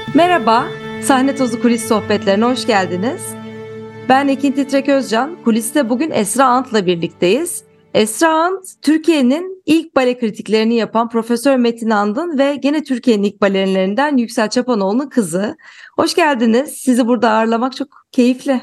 Merhaba, Sahne Tozu Kulis Sohbetlerine hoş geldiniz. Ben Ekin Titrek Özcan, kuliste bugün Esra Ant'la birlikteyiz. Esra Ant, Türkiye'nin ilk bale kritiklerini yapan Profesör Metin Andın ve gene Türkiye'nin ilk balerinlerinden Yüksel Çapanoğlu'nun kızı. Hoş geldiniz, sizi burada ağırlamak çok keyifli.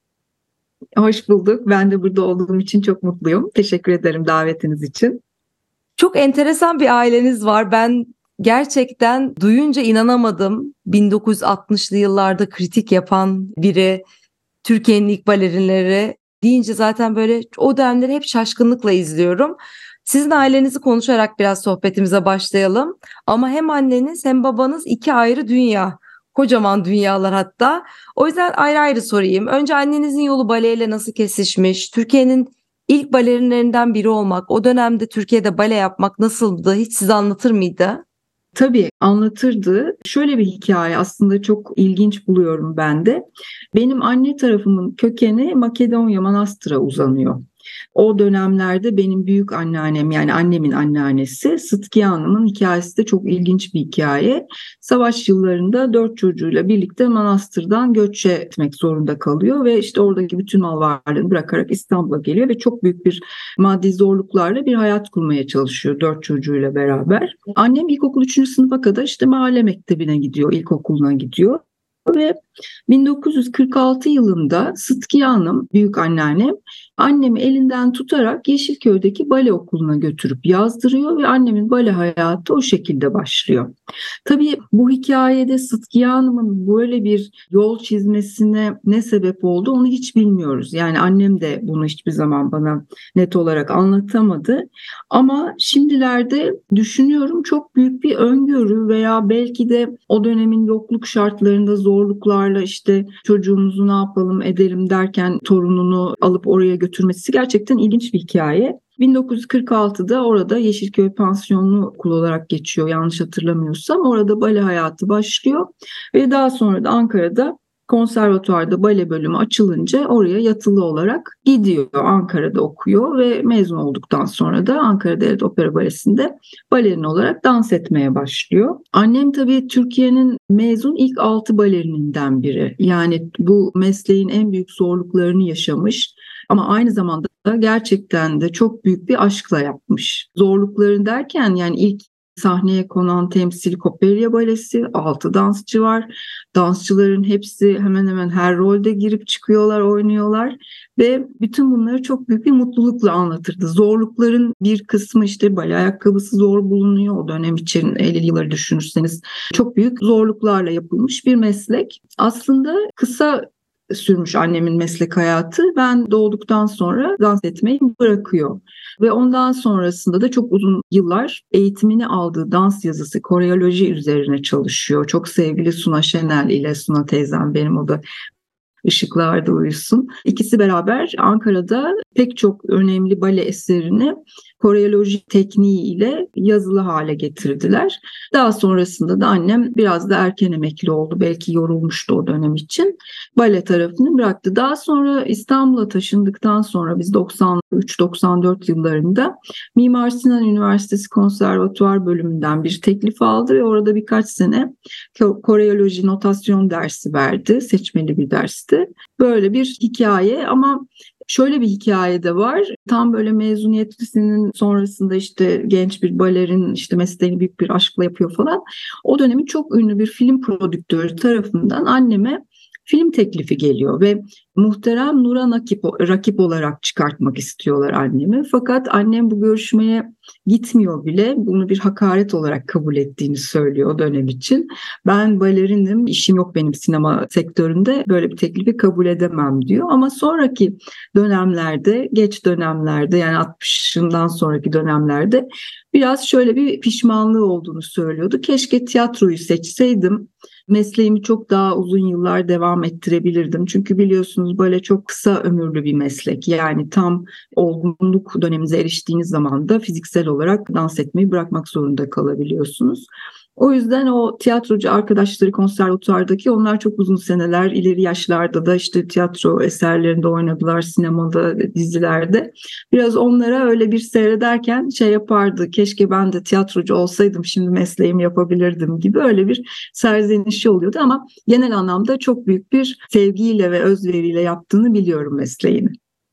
Hoş bulduk. Ben de burada olduğum için çok mutluyum. Teşekkür ederim davetiniz için. Çok enteresan bir aileniz var. Ben gerçekten duyunca inanamadım. 1960'lı yıllarda kritik yapan biri, Türkiye'nin ilk balerinleri deyince zaten böyle o dönemleri hep şaşkınlıkla izliyorum. Sizin ailenizi konuşarak biraz sohbetimize başlayalım. Ama hem anneniz hem babanız iki ayrı dünya. Kocaman dünyalar hatta. O yüzden ayrı ayrı sorayım. Önce annenizin yolu baleyle nasıl kesişmiş? Türkiye'nin ilk balerinlerinden biri olmak, o dönemde Türkiye'de bale yapmak nasıldı? Hiç size anlatır mıydı? Tabii anlatırdı. Şöyle bir hikaye aslında çok ilginç buluyorum ben de. Benim anne tarafımın kökeni Makedonya Manastır'a uzanıyor. O dönemlerde benim büyük anneannem yani annemin anneannesi Sıtkiye Hanım'ın hikayesi de çok ilginç bir hikaye. Savaş yıllarında 4 çocuğuyla birlikte manastırdan göç etmek zorunda kalıyor ve işte oradaki bütün mal varlığını bırakarak İstanbul'a geliyor ve çok büyük bir maddi zorluklarla bir hayat kurmaya çalışıyor 4 çocuğuyla beraber. Annem ilkokul 3. sınıfa kadar işte mahalle mektebine gidiyor, ilkokuluna gidiyor. Ve 1946 yılında Sıtkiye Hanım, büyük anneannem, annemi elinden tutarak Yeşilköy'deki bale okuluna götürüp yazdırıyor ve annemin bale hayatı o şekilde başlıyor. Tabii bu hikayede Sıtkiye Hanım'ın böyle bir yol çizmesine ne sebep oldu onu hiç bilmiyoruz. Yani annem de bunu hiçbir zaman bana net olarak anlatamadı. Ama şimdilerde düşünüyorum çok büyük bir öngörü veya belki de o dönemin yokluk şartlarında zorluklarla işte çocuğumuzu ne yapalım edelim derken torununu alıp oraya götürmesi gerçekten ilginç bir hikaye. 1946'da orada Yeşilköy Pansiyonlu Okul olarak geçiyor yanlış hatırlamıyorsam. Orada bale hayatı başlıyor ve daha sonra da Ankara'da konservatuvarda bale bölümü açılınca oraya yatılı olarak gidiyor. Ankara'da okuyor ve mezun olduktan sonra da Ankara Devlet Opera Balesi'nde balerin olarak dans etmeye başlıyor. Annem tabii Türkiye'nin mezun ilk 6 balerininden biri. Yani bu mesleğin en büyük zorluklarını yaşamış. Ama aynı zamanda gerçekten de çok büyük bir aşkla yapmış. Zorlukları derken yani ilk sahneye konan temsil Coppelia Balesi, 6 dansçı var. Dansçıların hepsi hemen hemen her rolde girip çıkıyorlar, oynuyorlar ve bütün bunları çok büyük bir mutlulukla anlatırdı. Zorlukların bir kısmı işte bale ayakkabısı zor bulunuyor o dönem için 50 yılları düşünürseniz çok büyük zorluklarla yapılmış bir meslek. Aslında kısa sürmüş annemin meslek hayatı. Ben doğduktan sonra dans etmeyi bırakıyor. Ve ondan sonrasında da çok uzun yıllar eğitimini aldığı dans yazısı, koreoloji üzerine çalışıyor. Çok sevgili Suna Şenel ile Suna teyzem benim o da ışıklarda uyusun. İkisi beraber Ankara'da pek çok önemli bale eserini koreoloji tekniğiyle yazılı hale getirdiler. Daha sonrasında da annem biraz da erken emekli oldu. Belki yorulmuştu o dönem için. Bale tarafını bıraktı. Daha sonra İstanbul'a taşındıktan sonra biz 93-94 yıllarında Mimar Sinan Üniversitesi Konservatuvar bölümünden bir teklif aldı ve orada birkaç sene koreoloji notasyon dersi verdi. Seçmeli bir dersti. Böyle bir hikaye ama şöyle bir hikaye de var. Tam böyle mezuniyetlisinin sonrasında işte genç bir balerin işte mesleğini büyük bir aşkla yapıyor falan. O dönemin çok ünlü bir film prodüktörü tarafından anneme film teklifi geliyor ve Muhterem Nur'a rakip olarak çıkartmak istiyorlar annemi. Fakat annem bu görüşmeye gitmiyor bile. Bunu bir hakaret olarak kabul ettiğini söylüyor o dönem için. Ben balerinim, işim yok benim sinema sektöründe, böyle bir teklifi kabul edemem diyor. Ama sonraki dönemlerde, geç dönemlerde yani 60'ından sonraki dönemlerde biraz şöyle bir pişmanlığı olduğunu söylüyordu. Keşke tiyatroyu seçseydim. Mesleğimi çok daha uzun yıllar devam ettirebilirdim. Çünkü biliyorsunuz böyle çok kısa ömürlü bir meslek. Yani tam olgunluk döneminize eriştiğiniz zaman da fiziksel olarak dans etmeyi bırakmak zorunda kalabiliyorsunuz. O yüzden o tiyatrocu arkadaşları konservatuvardaki onlar çok uzun seneler ileri yaşlarda da işte tiyatro eserlerinde oynadılar, sinemada, dizilerde. Biraz onlara öyle bir seyrederken şey yapardı. Keşke ben de tiyatrocu olsaydım, şimdi mesleğimi yapabilirdim gibi öyle bir serzenişi oluyordu ama genel anlamda çok büyük bir sevgiyle ve özveriyle yaptığını biliyorum mesleğini.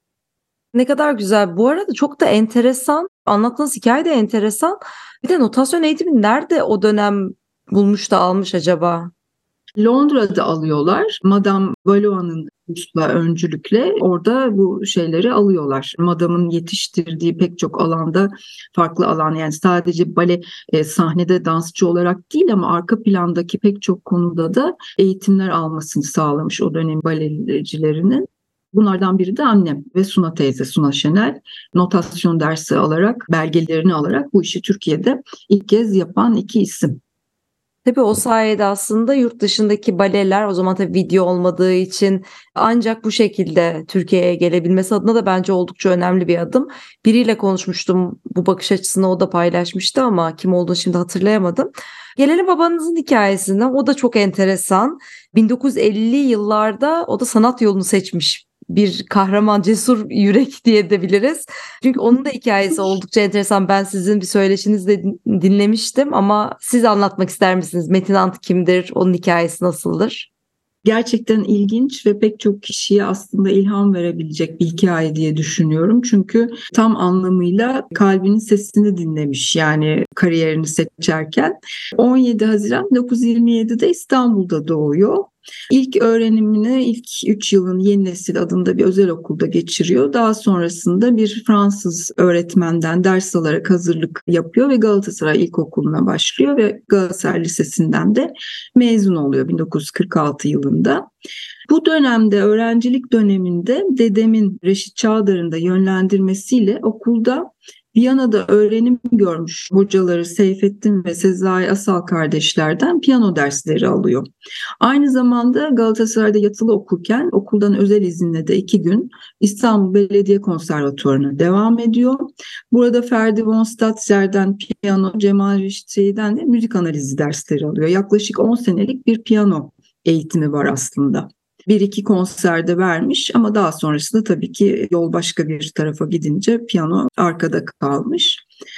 Ne kadar güzel. Bu arada çok da enteresan. Anlattığınız hikaye de enteresan. Bir de notasyon eğitimi nerede o dönem bulmuş da almış acaba? Londra'da alıyorlar. Madame Valois'ın kursla öncülükle orada bu şeyleri alıyorlar. Madame'ın yetiştirdiği pek çok alanda, farklı alan, yani sadece bale sahnede dansçı olarak değil ama arka plandaki pek çok konuda da eğitimler almasını sağlamış o dönem balecilerinin. Bunlardan biri de annem ve Suna teyze, Suna Şenel. Notasyon dersi alarak, belgelerini alarak bu işi Türkiye'de ilk kez yapan iki isim. Tabii o sayede aslında yurt dışındaki baleler, o zaman tabii video olmadığı için, ancak bu şekilde Türkiye'ye gelebilmesi adına da bence oldukça önemli bir adım. Biriyle konuşmuştum bu bakış açısını, o da paylaşmıştı ama kim olduğunu şimdi hatırlayamadım. Gelelim babanızın hikayesine. O da çok enteresan. 1950'li yıllarda o da sanat yolunu seçmiş. Bir kahraman, cesur yürek diyebiliriz. Çünkü onun da hikayesi oldukça enteresan. Ben sizin bir söyleşinizde dinlemiştim ama siz anlatmak ister misiniz? Metin Ant kimdir? Onun hikayesi nasıldır? Gerçekten ilginç ve pek çok kişiye aslında ilham verebilecek bir hikaye diye düşünüyorum. Çünkü tam anlamıyla kalbinin sesini dinlemiş, yani kariyerini seçerken. 17 Haziran 1927'de İstanbul'da doğuyor. İlk öğrenimini ilk 3 yılın Yeni Nesil adında bir özel okulda geçiriyor. Daha sonrasında bir Fransız öğretmenden ders alarak hazırlık yapıyor ve Galatasaray İlkokulu'na başlıyor ve Galatasaray Lisesi'nden de mezun oluyor 1946 yılında. Bu dönemde, öğrencilik döneminde dedemin Reşit Çağdar'ın da yönlendirmesiyle okulda Viyana'da öğrenim görmüş hocaları Seyfettin ve Sezai Asal kardeşlerden piyano dersleri alıyor. Aynı zamanda Galatasaray'da yatılı okurken okuldan özel izinle de 2 gün İstanbul Belediye Konservatuvarı'na devam ediyor. Burada Ferdi von Statzer'den piyano, Cemal Reşit'ten de müzik analizi dersleri alıyor. Yaklaşık 10 senelik bir piyano eğitimi var aslında. Bir iki konserde vermiş ama daha sonrasında tabii ki yol başka bir tarafa gidince piyano arkada kalmış.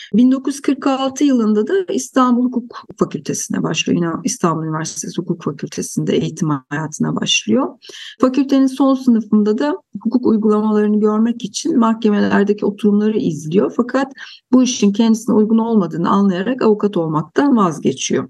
1946 yılında da İstanbul Hukuk Fakültesi'ne başlıyor. Yine İstanbul Üniversitesi Hukuk Fakültesi'nde eğitim hayatına başlıyor. Fakültenin son sınıfında da hukuk uygulamalarını görmek için mahkemelerdeki oturumları izliyor. Fakat bu işin kendisine uygun olmadığını anlayarak avukat olmaktan vazgeçiyor.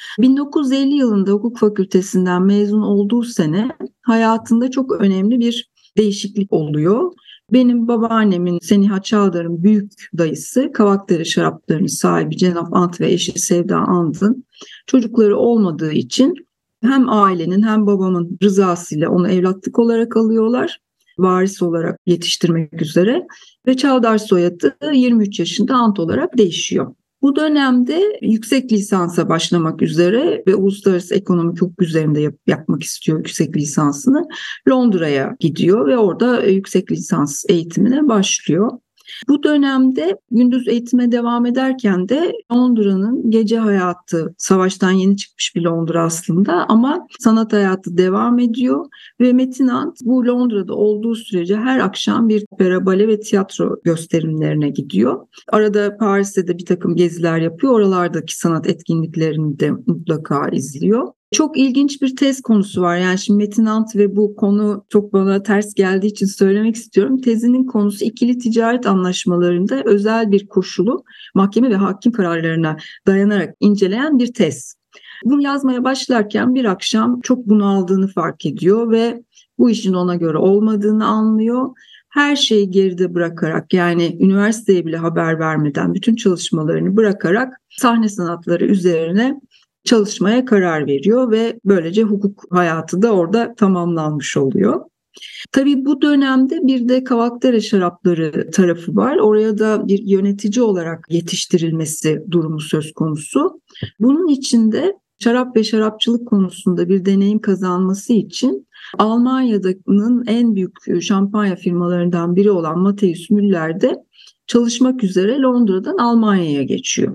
1950 yılında hukuk fakültesinden mezun olduğu sene hayatında çok önemli bir değişiklik oluyor. Benim babaannemin Seniha Çağdar'ın büyük dayısı Kavakdere şaraplarının sahibi Cenap Ant ve eşi Sevda Ant'ın çocukları olmadığı için hem ailenin hem babamın rızasıyla onu evlatlık olarak alıyorlar, varis olarak yetiştirmek üzere ve Çavdar soyadı 23 yaşında Ant olarak değişiyor. Bu dönemde yüksek lisansa başlamak üzere ve uluslararası ekonomik hukuk üzerinde yapmak istiyor yüksek lisansını. Londra'ya gidiyor ve orada yüksek lisans eğitimine başlıyor. Bu dönemde gündüz eğitime devam ederken de Londra'nın gece hayatı, savaştan yeni çıkmış bir Londra aslında ama sanat hayatı devam ediyor ve Metin Ant bu Londra'da olduğu sürece her akşam bir opera, bale ve tiyatro gösterimlerine gidiyor. Arada Paris'te de bir takım geziler yapıyor. Oralardaki sanat etkinliklerini de mutlaka izliyor. Çok ilginç bir tez konusu var. Yani şimdi Metin Ant ve bu konu çok bana ters geldiği için söylemek istiyorum. Tezinin konusu ikili ticaret anlaşmalarında özel bir koşulu mahkeme ve hakim kararlarına dayanarak inceleyen bir tez. Bunu yazmaya başlarken bir akşam çok bunaldığını fark ediyor ve bu işin ona göre olmadığını anlıyor. Her şeyi geride bırakarak, yani üniversiteye bile haber vermeden bütün çalışmalarını bırakarak sahne sanatları üzerine çalışmaya karar veriyor ve böylece hukuk hayatı da orada tamamlanmış oluyor. Tabii bu dönemde bir de Kavakdere şarapları tarafı var. Oraya da bir yönetici olarak yetiştirilmesi durumu söz konusu. Bunun için de şarap ve şarapçılık konusunda bir deneyim kazanması için Almanya'nın en büyük şampanya firmalarından biri olan Mateus Müller'de çalışmak üzere Londra'dan Almanya'ya geçiyor.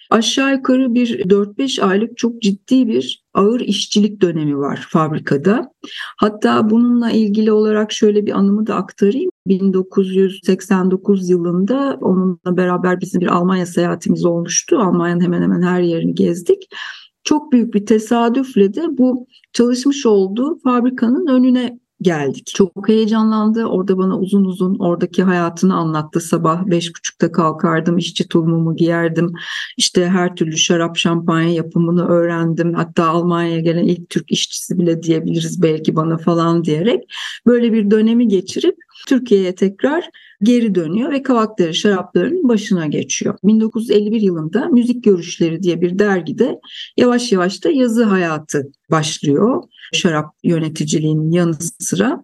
Aşağı yukarı bir 4-5 aylık çok ciddi bir ağır işçilik dönemi var fabrikada. Hatta bununla ilgili olarak şöyle bir anımı da aktarayım. 1989 yılında onunla beraber bizim bir Almanya seyahatimiz olmuştu. Almanya'nın hemen hemen her yerini gezdik. Çok büyük bir tesadüfle de bu çalışmış olduğu fabrikanın önüne geldik. Çok heyecanlandı. Orada bana uzun uzun oradaki hayatını anlattı. Sabah 5.30'da kalkardım, işçi tulumumu giyerdim. İşte her türlü şarap, şampanya yapımını öğrendim. Hatta Almanya'ya gelen ilk Türk işçisi bile diyebiliriz belki bana falan diyerek. Böyle bir dönemi geçirip Türkiye'ye tekrar geri dönüyor ve Kavakdere şaraplarının başına geçiyor. 1951 yılında Müzik Görüşleri diye bir dergide yavaş yavaş da yazı hayatı başlıyor. Şarap yöneticiliğinin yanı sıra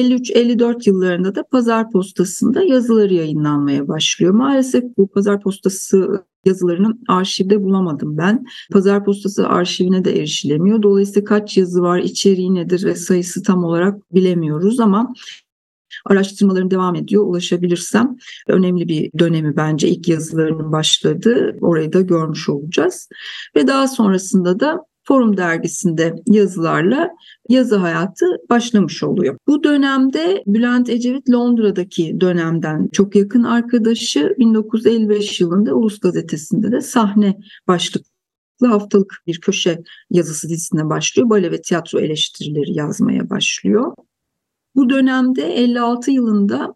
53-54 yıllarında da Pazar Postası'nda yazıları yayınlanmaya başlıyor. Maalesef bu Pazar Postası yazılarını arşivde bulamadım ben. Pazar Postası arşivine de erişilemiyor. Dolayısıyla kaç yazı var, içeriği nedir ve sayısı tam olarak bilemiyoruz ama araştırmalarım devam ediyor. Ulaşabilirsem önemli bir dönemi bence ilk yazılarının başladığı. Orayı da görmüş olacağız. Ve daha sonrasında da Forum dergisinde yazılarla yazı hayatı başlamış oluyor. Bu dönemde Bülent Ecevit Londra'daki dönemden çok yakın arkadaşı 1955 yılında Ulus Gazetesi'nde de sahne başlıklı haftalık bir köşe yazısı dizisine başlıyor. Bale ve tiyatro eleştirileri yazmaya başlıyor. Bu dönemde 56 yılında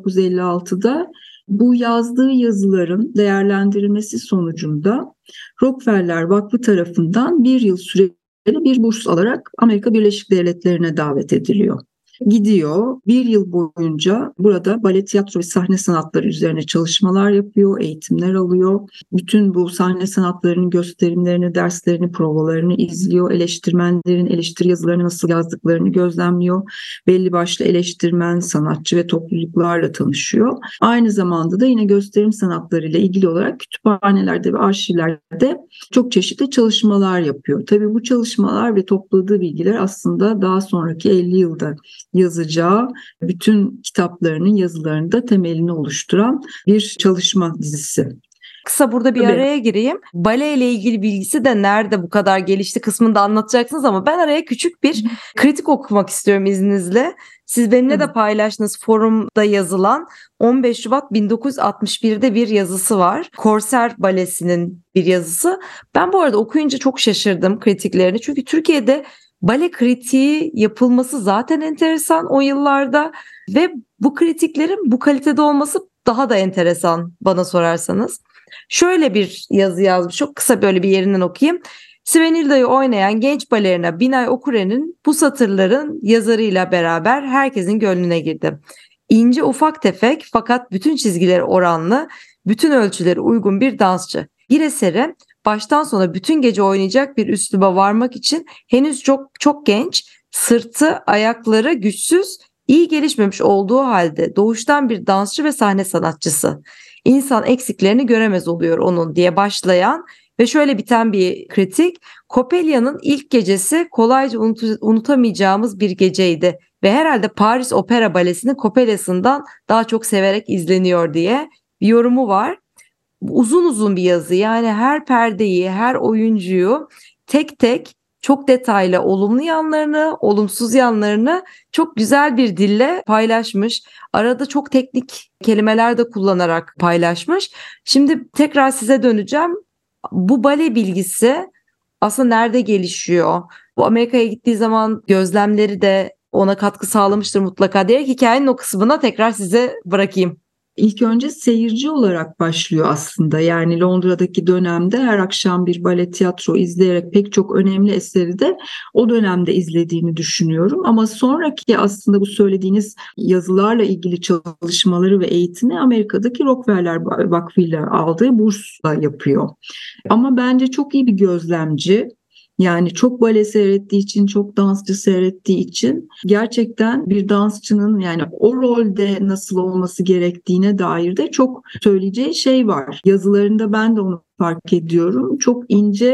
1956'da bu yazdığı yazıların değerlendirilmesi sonucunda Rockefeller Vakfı tarafından bir yıl süreli bir burs alarak Amerika Birleşik Devletleri'ne davet ediliyor. Gidiyor, bir yıl boyunca burada bale, tiyatro ve sahne sanatları üzerine çalışmalar yapıyor, eğitimler alıyor. Bütün bu sahne sanatlarının gösterimlerini, derslerini, provalarını izliyor. Eleştirmenlerin eleştiri yazılarını nasıl yazdıklarını gözlemliyor. Belli başlı eleştirmen, sanatçı ve topluluklarla tanışıyor. Aynı zamanda da yine gösterim sanatlarıyla ilgili olarak kütüphanelerde ve arşivlerde çok çeşitli çalışmalar yapıyor. Tabii bu çalışmalar ve topladığı bilgiler aslında daha sonraki 50 yılda yazacağı bütün kitaplarının yazılarında temelini oluşturan bir çalışma dizisi. Kısa burada bir Tabii. araya gireyim. Bale ile ilgili bilgisi de nerede bu kadar gelişti kısmını da anlatacaksınız ama ben araya küçük bir kritik okumak istiyorum izninizle. Siz benimle de paylaştığınız forumda yazılan 15 Şubat 1961'de bir yazısı var. Korser Balesi'nin bir yazısı. Ben bu arada okuyunca çok şaşırdım kritiklerini. Çünkü Türkiye'de bale kritiği yapılması zaten enteresan o yıllarda ve bu kritiklerin bu kalitede olması daha da enteresan bana sorarsanız. Şöyle bir yazı yazmış. Çok kısa böyle bir yerinden okuyayım. Svenilda'yı oynayan genç balerina Binay Okure'nin bu satırların yazarıyla beraber herkesin gönlüne girdi. İnce ufak tefek fakat bütün çizgileri oranlı, bütün ölçüleri uygun bir dansçı. Bir eseri baştan sona bütün gece oynayacak bir üsluba varmak için henüz çok genç, sırtı, ayakları güçsüz, iyi gelişmemiş olduğu halde doğuştan bir dansçı ve sahne sanatçısı. İnsan eksiklerini göremez oluyor onun diye başlayan ve şöyle biten bir kritik. Coppelia'nın ilk gecesi kolayca unutamayacağımız bir geceydi ve herhalde Paris Opera Balesi'nin Coppelia'sından daha çok severek izleniyor diye bir yorumu var. Uzun uzun bir yazı, yani her perdeyi, her oyuncuyu tek tek çok detaylı olumlu yanlarını, olumsuz yanlarını çok güzel bir dille paylaşmış. Arada çok teknik kelimeler de kullanarak paylaşmış. Şimdi tekrar size döneceğim. Bu bale bilgisi aslında nerede gelişiyor? Bu Amerika'ya gittiği zaman gözlemleri de ona katkı sağlamıştır mutlaka diyerek hikayenin o kısmına tekrar size bırakayım. İlk önce seyirci olarak başlıyor aslında. Yani Londra'daki dönemde her akşam bir bale tiyatro izleyerek pek çok önemli eseri de o dönemde izlediğini düşünüyorum. Ama sonraki aslında bu söylediğiniz yazılarla ilgili çalışmaları ve eğitimi Amerika'daki Rockefeller Vakfı ile aldığı bursla yapıyor. Ama bence çok iyi bir gözlemci. Yani çok bale seyrettiği için, çok dansçı seyrettiği için gerçekten bir dansçının yani o rolde nasıl olması gerektiğine dair de çok söyleyeceği şey var. Yazılarında ben de onu fark ediyorum. Çok ince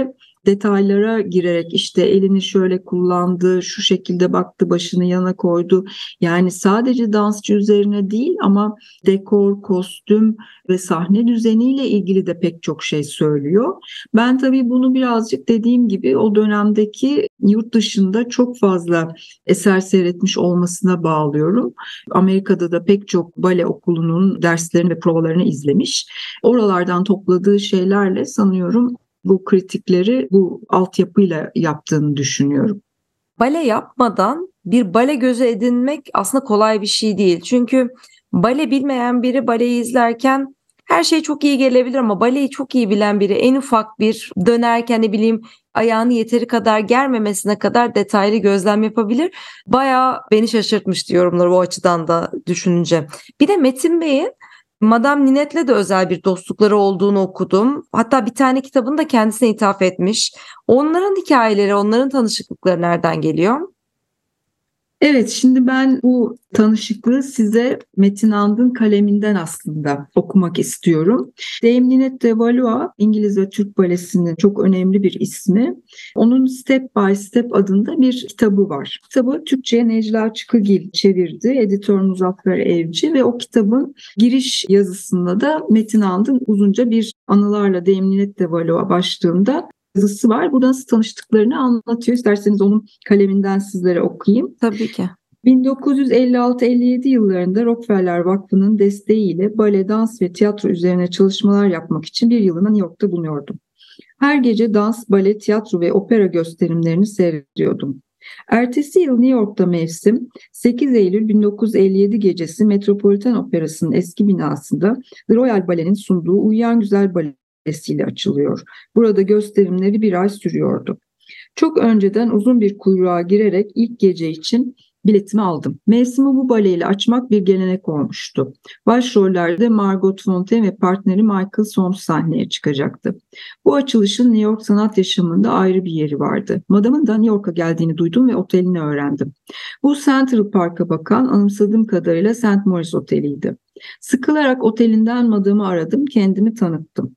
detaylara girerek işte elini şöyle kullandı, şu şekilde baktı, başını yana koydu. Yani sadece dansçı üzerine değil ama dekor, kostüm ve sahne düzeniyle ilgili de pek çok şey söylüyor. Ben tabii bunu birazcık dediğim gibi o dönemdeki yurt dışında çok fazla eser seyretmiş olmasına bağlıyorum. Amerika'da da pek çok bale okulunun derslerini ve provalarını izlemiş. Oralardan topladığı şeylerle sanıyorum bu kritikleri bu altyapıyla yaptığını düşünüyorum. Bale yapmadan bir bale gözü edinmek aslında kolay bir şey değil. Çünkü bale bilmeyen biri baleyi izlerken her şey çok iyi gelebilir ama baleyi çok iyi bilen biri en ufak bir dönerken ne bileyim ayağını yeteri kadar germemesine kadar detaylı gözlem yapabilir. Bayağı beni şaşırtmıştı yorumları o açıdan da düşününce. Bir de Metin Bey'in Madame Ninette'le de özel bir dostlukları olduğunu okudum. Hatta bir tane kitabını da kendisine ithaf etmiş. Onların hikayeleri, onların tanışıklıkları nereden geliyor? Evet, şimdi ben bu tanışıklığı size Metin And'ın kaleminden aslında okumak istiyorum. Dame Ninette de Valois, İngiliz ve Türk balesinin çok önemli bir ismi. Onun Step by Step adında bir kitabı var. Kitabı Türkçe'ye Necla Çıkıgil çevirdi, editör Muzaffer Evci ve o kitabın giriş yazısında da Metin And'ın uzunca bir anılarla Dame Ninette de Valois başlığında yazısı var. Burada nasıl tanıştıklarını anlatıyor. İsterseniz onun kaleminden sizlere okuyayım. Tabii ki. 1956-57 yıllarında Rockefeller Vakfı'nın desteğiyle bale, dans ve tiyatro üzerine çalışmalar yapmak için bir yılını New York'ta bulunuyordum. Her gece dans, bale, tiyatro ve opera gösterimlerini seyrediyordum. Ertesi yıl New York'ta mevsim 8 Eylül 1957 gecesi Metropolitan Operası'nın eski binasında The Royal Ballet'in sunduğu Uyuyan Güzel Balesi'yle açılıyor. Burada gösterimleri bir ay sürüyordu. Çok önceden uzun bir kuyruğa girerek ilk gece için biletimi aldım. Mevsimi bu baleyle açmak bir gelenek olmuştu. Başrollerde Margot Fonteyn ve partneri Michael Soames sahneye çıkacaktı. Bu açılışın New York sanat yaşamında ayrı bir yeri vardı. Madam'ın da New York'a geldiğini duydum ve otelini öğrendim. Bu Central Park'a bakan anımsadığım kadarıyla St. Moritz Oteli'ydi. Sıkılarak otelinden Madam'ı aradım, kendimi tanıttım.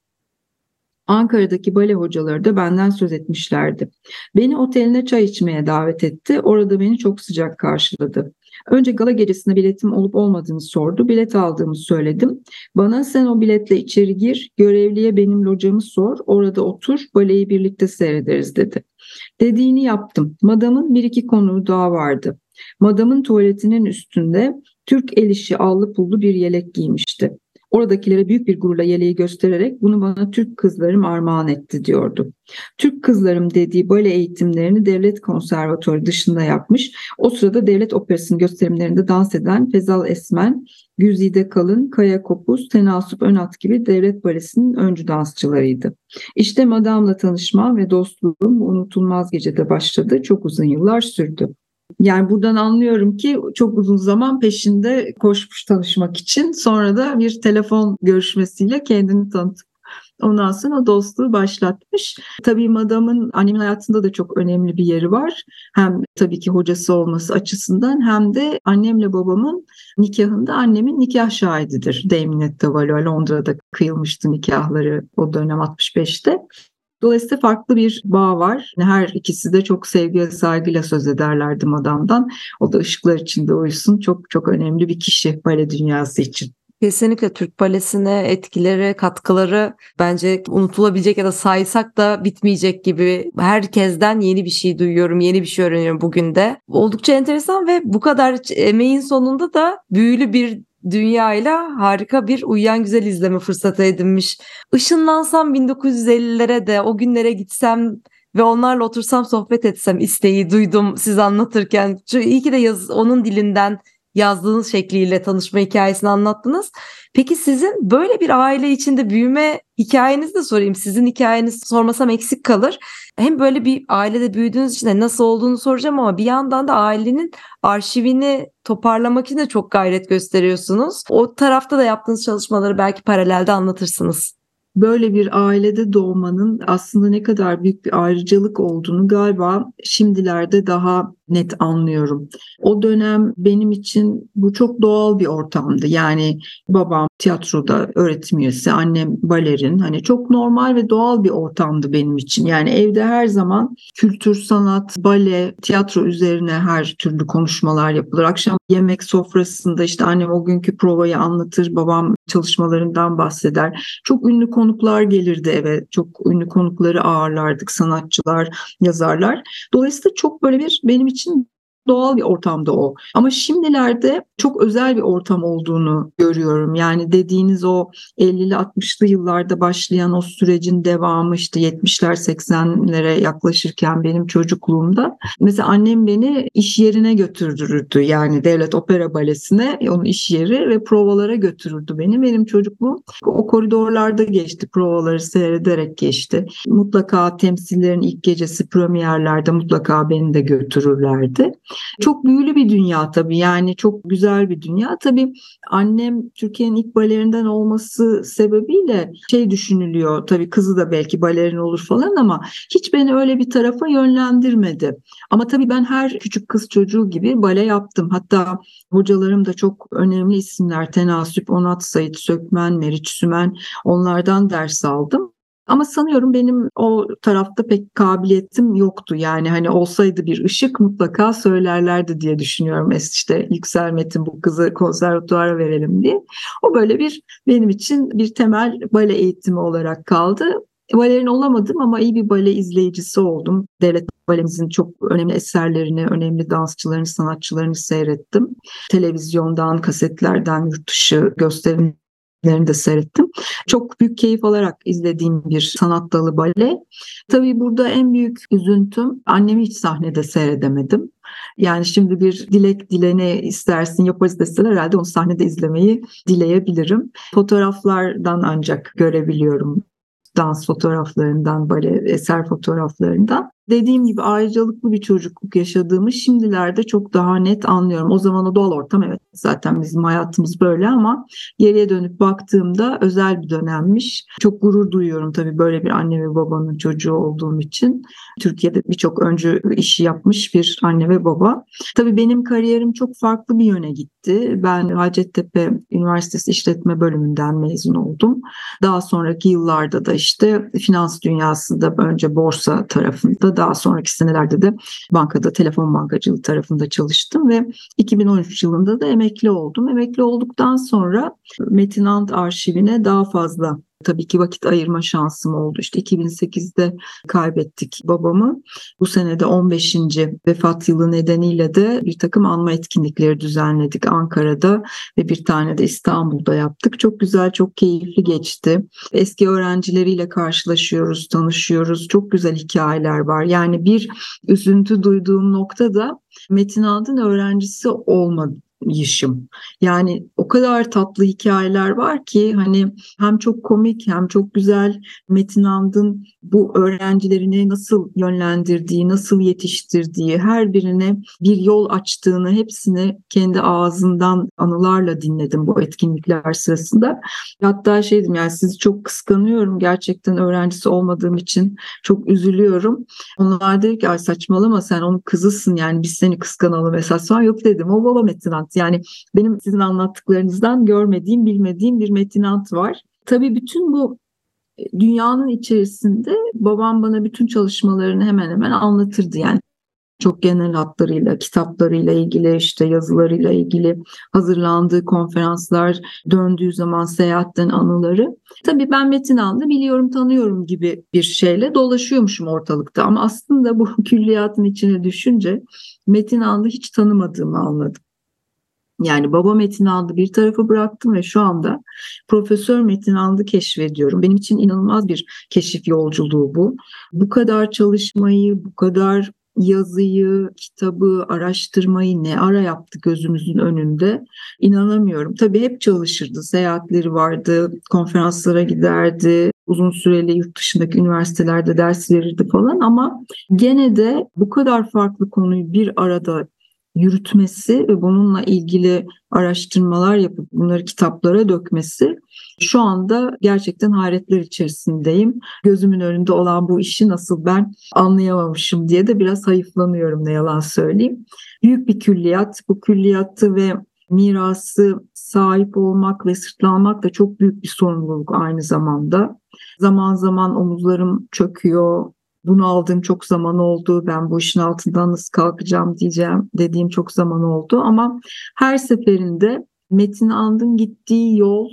Ankara'daki bale hocaları da benden söz etmişlerdi. Beni oteline çay içmeye davet etti. Orada beni çok sıcak karşıladı. Önce gala gecesine biletim olup olmadığını sordu. Bilet aldığımı söyledim. Bana sen o biletle içeri gir, görevliye benim locamı sor, orada otur, baleyi birlikte seyrederiz dedi. Dediğini yaptım. Madamın bir iki konuğu daha vardı. Madamın tuvaletinin üstünde Türk el işi allı pullu bir yelek giymişti. Oradakilere büyük bir gururla yeleği göstererek bunu bana Türk kızlarım armağan etti diyordu. Türk kızlarım dediği bale eğitimlerini devlet konservatuarı dışında yapmış. O sırada devlet operasının gösterimlerinde dans eden Fezal Esmen, Güzide Kalın, Kaya Kopuz, Tenasup Önat gibi devlet balesinin öncü dansçılarıydı. İşte Madam'la tanışmam ve dostluğum bu unutulmaz gecede başladı. Çok uzun yıllar sürdü. Yani buradan anlıyorum ki çok uzun zaman peşinde koşmuş tanışmak için. Sonra da bir telefon görüşmesiyle kendini tanıtıp ondan sonra dostluğu başlatmış. Tabii Madam'ın annemin hayatında da çok önemli bir yeri var. Hem tabii ki hocası olması açısından hem de annemle babamın nikahında annemin nikah şahididir. Dame Ninette de Valois Londra'da kıyılmıştı nikahları o dönem 65'te. Dolayısıyla farklı bir bağ var. Her ikisi de çok sevgi ve saygıyla söz ederlerdi Madam'dan. O da ışıklar içinde uyusun. Çok çok önemli bir kişi bale dünyası için. Kesinlikle Türk balesine etkileri, katkıları bence unutulabilecek ya da saysak da bitmeyecek gibi. Herkesten yeni bir şey duyuyorum, yeni bir şey öğreniyorum bugün de. Oldukça enteresan ve bu kadar emeğin sonunda da büyülü bir dünyayla harika bir Uyuyan Güzel izleme fırsatı edinmiş. Işınlansam 1950'lere de o günlere gitsem ve onlarla otursam sohbet etsem isteği duydum siz anlatırken. İyi ki de onun dilinden yazdığınız şekliyle tanışma hikayesini anlattınız. Peki sizin böyle bir aile içinde büyüme hikayenizi de sorayım. Sizin hikayenizi sormasam eksik kalır. Hem böyle bir ailede büyüdüğünüz için de nasıl olduğunu soracağım ama bir yandan da ailenin arşivini toparlamak için de çok gayret gösteriyorsunuz. O tarafta da yaptığınız çalışmaları belki paralelde anlatırsınız. Böyle bir ailede doğmanın aslında ne kadar büyük bir ayrıcalık olduğunu galiba şimdilerde daha net anlıyorum. O dönem benim için bu çok doğal bir ortamdı. Yani babam tiyatroda öğretim üyesi, annem balerin. Hani çok normal ve doğal bir ortamdı benim için. Yani evde her zaman kültür, sanat, bale, tiyatro üzerine her türlü konuşmalar yapılır. Akşam yemek sofrasında işte annem o günkü provayı anlatır, babam çalışmalarından bahseder. Çok ünlü konuklar gelirdi eve. Çok ünlü konukları ağırlardık, sanatçılar, yazarlar. Dolayısıyla çok böyle bir benim için doğal bir ortamda o. Ama şimdilerde çok özel bir ortam olduğunu görüyorum. Yani dediğiniz o 50'li 60'lı yıllarda başlayan o sürecin devamı işte 70'ler 80'lere yaklaşırken benim çocukluğumda mesela annem beni iş yerine götürdürürdü. Yani Devlet Opera Balesi'ne onun iş yeri ve provalara götürürdü beni. Benim çocukluğum o koridorlarda geçti. Provaları seyrederek geçti. Mutlaka temsillerin ilk gecesi premierlerde mutlaka beni de götürürlerdi. Çok büyülü bir dünya tabii, yani çok güzel bir dünya. Tabii annem Türkiye'nin ilk balerinden olması sebebiyle şey düşünülüyor, tabii kızı da belki balerin olur falan ama hiç beni öyle bir tarafa yönlendirmedi. Ama tabii ben her küçük kız çocuğu gibi bale yaptım. Hatta hocalarım da çok önemli isimler: Tenasüp, Onat Sait, Sökmen, Meriç Sümen, onlardan ders aldım. Ama sanıyorum benim o tarafta pek kabiliyetim yoktu. Yani hani olsaydı bir ışık mutlaka söylerlerdi diye düşünüyorum. İşte Yüksel Metin, bu kızı konservatuvara verelim diye. O böyle bir benim için bir temel bale eğitimi olarak kaldı. Balerin olamadım ama iyi bir bale izleyicisi oldum. Devlet Balemizin çok önemli eserlerini, önemli dansçılarını, sanatçılarını seyrettim. Televizyondan, kasetlerden, yurt dışı gösterimlerini de seyrettim. Çok büyük keyif alarak izlediğim bir sanat dalı bale. Tabii burada en büyük üzüntüm, annemi hiç sahnede seyredemedim. Yani şimdi bir dilek dile ne istersin yaparız deseler herhalde onu sahnede izlemeyi dileyebilirim. Fotoğraflardan ancak görebiliyorum, dans fotoğraflarından, bale eser fotoğraflarından. Dediğim gibi ayrıcalıklı bir çocukluk yaşadığımı şimdilerde çok daha net anlıyorum. O zaman o doğal ortam, evet, zaten bizim hayatımız böyle ama geriye dönüp baktığımda özel bir dönemmiş. Çok gurur duyuyorum tabii böyle bir anne ve babanın çocuğu olduğum için. Türkiye'de birçok öncü işi yapmış bir anne ve baba. Tabii benim kariyerim çok farklı bir yöne gitti. Ben Hacettepe Üniversitesi İşletme Bölümünden mezun oldum. Daha sonraki yıllarda da işte finans dünyasında, önce borsa tarafında, daha sonraki senelerde de bankada, telefon bankacılığı tarafında çalıştım ve 2013 yılında da emekli oldum. Emekli olduktan sonra Metin Ant arşivine daha fazla tabii ki vakit ayırma şansım oldu. İşte 2008'de kaybettik babamı. Bu sene de 15. vefat yılı nedeniyle de bir takım anma etkinlikleri düzenledik Ankara'da ve bir tane de İstanbul'da yaptık. Çok güzel, çok keyifli geçti. Eski öğrencileriyle karşılaşıyoruz, tanışıyoruz. Çok güzel hikayeler var. Yani bir üzüntü duyduğum nokta da Metin And'ın öğrencisi olmayışım. Yani o kadar tatlı hikayeler var ki hani hem çok komik hem çok güzel. Metin And'ın bu öğrencilerini nasıl yönlendirdiği, nasıl yetiştirdiği, her birine bir yol açtığını, hepsini kendi ağzından anılarla dinledim bu etkinlikler sırasında. Hatta şey dedim, yani sizi çok kıskanıyorum, gerçekten öğrencisi olmadığım için çok üzülüyorum. Onlar dedi ki ay saçmalama, sen onun kızısın, yani biz seni kıskanalım esas falan. Yok dedim, o baba Metin Ant. Yani benim sizin anlattıklarınızdan görmediğim, bilmediğim bir Metin Ant var. Tabii bütün bu dünyanın içerisinde babam bana bütün çalışmalarını hemen hemen anlatırdı. Yani çok genel hatlarıyla, kitaplarıyla ilgili, işte yazılarıyla ilgili hazırlandığı konferanslar, döndüğü zaman seyahatten anıları. Tabii ben Metin And'ı biliyorum, tanıyorum gibi bir şeyle dolaşıyormuşum ortalıkta. Ama aslında bu külliyatın içine düşünce Metin And'ı hiç tanımadığımı anladım. Yani baba Metin And'ı bir tarafa bıraktım ve şu anda Profesör Metin And'ı keşfediyorum. Benim için inanılmaz bir keşif yolculuğu bu. Bu kadar çalışmayı, bu kadar yazıyı, kitabı, araştırmayı ne ara yaptı gözümüzün önünde, inanamıyorum. Tabii hep çalışırdı, seyahatleri vardı, konferanslara giderdi, uzun süreli yurt dışındaki üniversitelerde ders verirdi falan ama gene de bu kadar farklı konuyu bir arada yürütmesi ve bununla ilgili araştırmalar yapıp bunları kitaplara dökmesi Şu anda gerçekten hayretler içerisindeyim. Gözümün önünde olan bu işi nasıl ben anlayamamışım diye de biraz hayıflanıyorum, ne yalan söyleyeyim. Büyük bir külliyat, bu külliyatı ve mirası sahip olmak ve sırtlanmak da çok büyük bir sorumluluk aynı zamanda. Zaman zaman omuzlarım çöküyor. Bunu aldığım çok zaman oldu. Ben bu işin altından nasıl kalkacağım dediğim çok zaman oldu. Ama her seferinde Metin And'ın gittiği yol,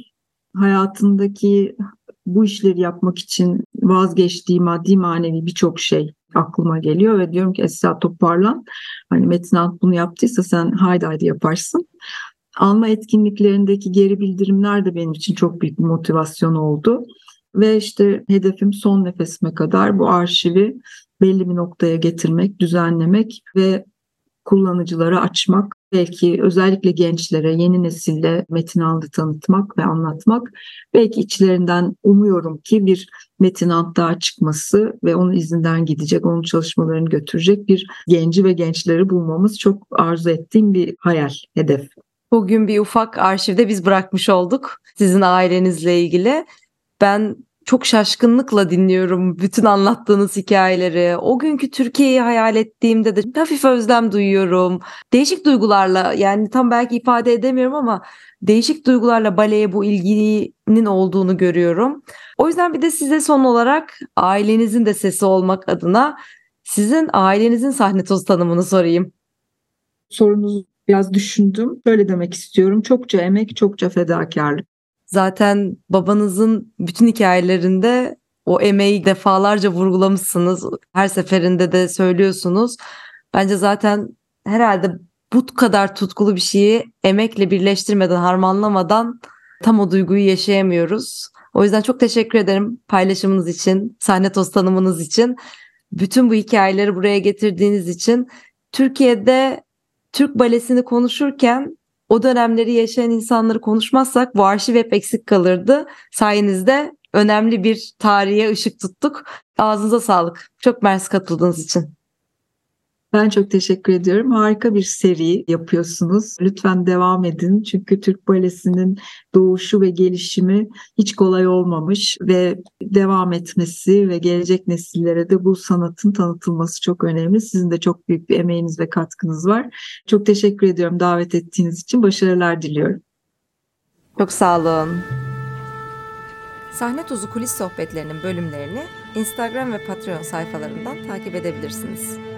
hayatındaki bu işleri yapmak için vazgeçtiği maddi manevi birçok şey aklıma geliyor ve diyorum ki Esra, toparlan. Hani Metin And bunu yaptıysa sen haydi haydi yaparsın. Alma etkinliklerindeki geri bildirimler de benim için çok büyük bir motivasyon oldu. Ve işte hedefim son nefesime kadar bu arşivi belli bir noktaya getirmek, düzenlemek ve kullanıcılara açmak, belki özellikle gençlere, yeni nesille Metin And'ı tanıtmak ve anlatmak. Belki içlerinden umuyorum ki bir Metin And daha çıkması ve onun izinden gidecek, onun çalışmalarını götürecek bir genci ve gençleri bulmamız çok arzu ettiğim bir hayal, hedef. Bugün bir ufak arşivde biz bırakmış olduk sizin ailenizle ilgili. Ben çok şaşkınlıkla dinliyorum bütün anlattığınız hikayeleri. O günkü Türkiye'yi hayal ettiğimde de hafif özlem duyuyorum. Değişik duygularla, yani tam belki ifade edemiyorum ama değişik duygularla baleye bu ilginin olduğunu görüyorum. O yüzden bir de size son olarak ailenizin de sesi olmak adına sizin ailenizin sahne tozu tanımını sorayım. Sorunuzu biraz düşündüm. Böyle demek istiyorum. Çokça emek, çokça fedakarlık. Zaten babanızın bütün hikayelerinde o emeği defalarca vurgulamışsınız. Her seferinde de söylüyorsunuz. Bence zaten herhalde bu kadar tutkulu bir şeyi emekle birleştirmeden, harmanlamadan tam o duyguyu yaşayamıyoruz. O yüzden çok teşekkür ederim paylaşımınız için, sahne toz tanımınız için, bütün bu hikayeleri buraya getirdiğiniz için. Türkiye'de Türk balesini konuşurken o dönemleri yaşayan insanları konuşmazsak bu arşiv hep eksik kalırdı. Sayenizde önemli bir tarihe ışık tuttuk. Ağzınıza sağlık. Çok mersi katıldığınız için. Ben çok teşekkür ediyorum. Harika bir seri yapıyorsunuz. Lütfen devam edin. Çünkü Türk Balesi'nin doğuşu ve gelişimi hiç kolay olmamış ve devam etmesi ve gelecek nesillere de bu sanatın tanıtılması çok önemli. Sizin de çok büyük bir emeğiniz ve katkınız var. Çok teşekkür ediyorum davet ettiğiniz için. Başarılar diliyorum. Çok sağ olun. Sahne Tozu kulis sohbetlerinin bölümlerini Instagram ve Patreon sayfalarından takip edebilirsiniz.